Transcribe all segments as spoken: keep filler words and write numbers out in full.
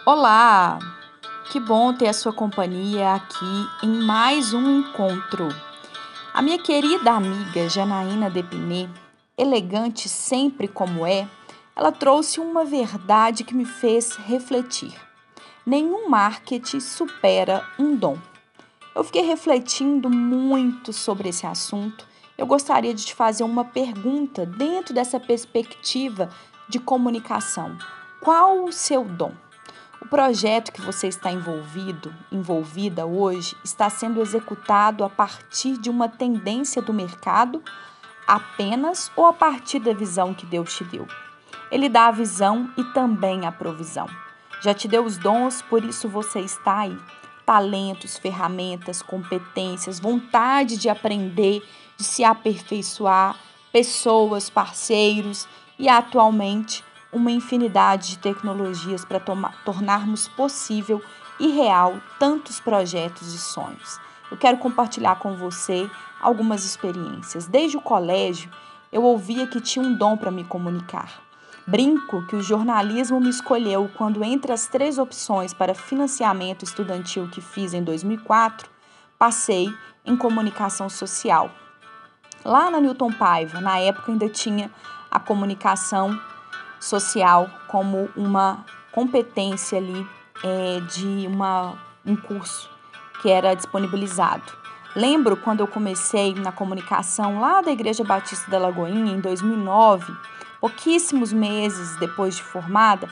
Olá! Que bom ter a sua companhia aqui em mais um encontro. A minha querida amiga Janaína Depinê, elegante sempre como é, ela trouxe uma verdade que me fez refletir. Nenhum marketing supera um dom. Eu fiquei refletindo muito sobre esse assunto. Eu gostaria de te fazer uma pergunta dentro dessa perspectiva de comunicação. Qual o seu dom? O projeto que você está envolvido, envolvida hoje, está sendo executado a partir de uma tendência do mercado apenas ou a partir da visão que Deus te deu? Ele dá a visão e também a provisão. Já te deu os dons, por isso você está aí. Talentos, ferramentas, competências, vontade de aprender, de se aperfeiçoar, pessoas, parceiros e atualmente uma infinidade de tecnologias para tornarmos possível e real tantos projetos e sonhos. Eu quero compartilhar com você algumas experiências. Desde o colégio, eu ouvia que tinha um dom para me comunicar. Brinco que o jornalismo me escolheu quando, entre as três opções para financiamento estudantil que fiz em dois mil e quatro, passei em comunicação social. Lá na Newton Paiva, na época ainda tinha a comunicação social como uma competência ali é, de uma, um curso que era disponibilizado. Lembro quando eu comecei na comunicação lá da Igreja Batista da Lagoinha, em dois mil e nove, pouquíssimos meses depois de formada,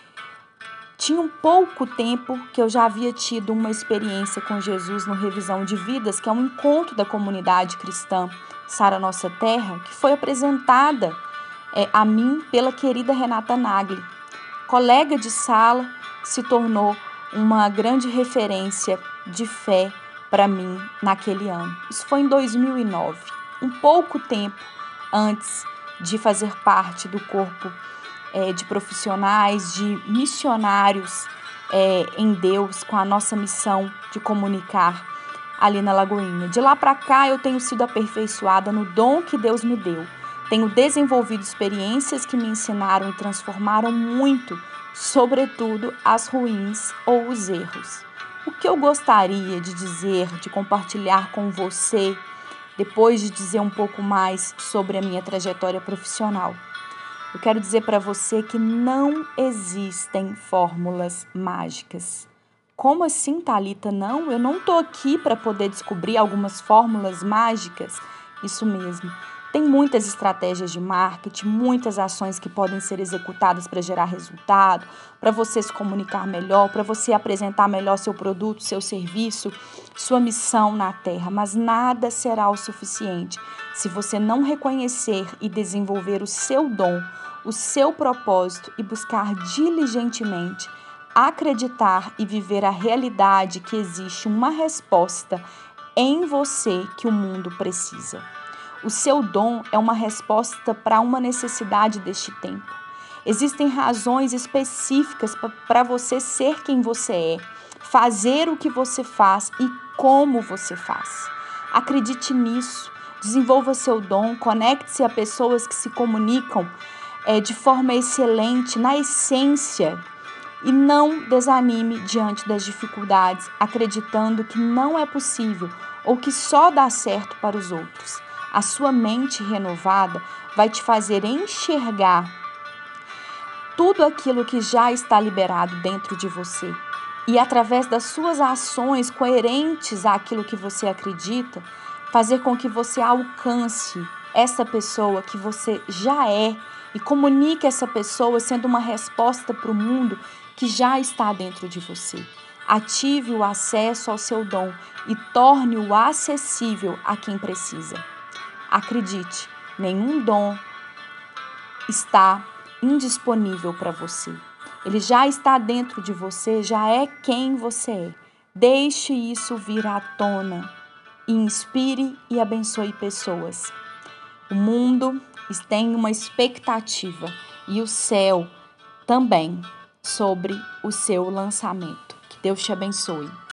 tinha um pouco tempo que eu já havia tido uma experiência com Jesus no Revisão de Vidas, que é um encontro da comunidade cristã Sara Nossa Terra, que foi apresentada é, a mim pela querida Renata Nagli. Colega de sala, se tornou uma grande referência de fé para mim naquele ano. Isso foi em dois mil e nove, um pouco tempo antes de fazer parte do corpo é, de profissionais, de missionários é, em Deus, com a nossa missão de comunicar ali na Lagoinha. De lá para cá, eu tenho sido aperfeiçoada no dom que Deus me deu. Tenho desenvolvido experiências que me ensinaram e transformaram muito, sobretudo as ruins ou os erros. O que eu gostaria de dizer, de compartilhar com você, depois de dizer um pouco mais sobre a minha trajetória profissional? Eu quero dizer para você que não existem fórmulas mágicas. Como assim, Thalita? Não, eu não estou aqui para poder descobrir algumas fórmulas mágicas. Isso mesmo. Tem muitas estratégias de marketing, muitas ações que podem ser executadas para gerar resultado, para você se comunicar melhor, para você apresentar melhor seu produto, seu serviço, sua missão na Terra. Mas nada será o suficiente se você não reconhecer e desenvolver o seu dom, o seu propósito e buscar diligentemente acreditar e viver a realidade que existe uma resposta em você que o mundo precisa. O seu dom é uma resposta para uma necessidade deste tempo. Existem razões específicas para você ser quem você é, fazer o que você faz e como você faz. Acredite nisso, desenvolva seu dom, conecte-se a pessoas que se comunicam é, de forma excelente, na essência, e não desanime diante das dificuldades, acreditando que não é possível ou que só dá certo para os outros. A sua mente renovada vai te fazer enxergar tudo aquilo que já está liberado dentro de você. E através das suas ações coerentes àquilo que você acredita, fazer com que você alcance essa pessoa que você já é e comunique essa pessoa sendo uma resposta para o mundo que já está dentro de você. Ative o acesso ao seu dom e torne-o acessível a quem precisa. Acredite, nenhum dom está indisponível para você. Ele já está dentro de você, já é quem você é. Deixe isso vir à tona e inspire e abençoe pessoas. O mundo tem uma expectativa e o céu também sobre o seu lançamento. Que Deus te abençoe.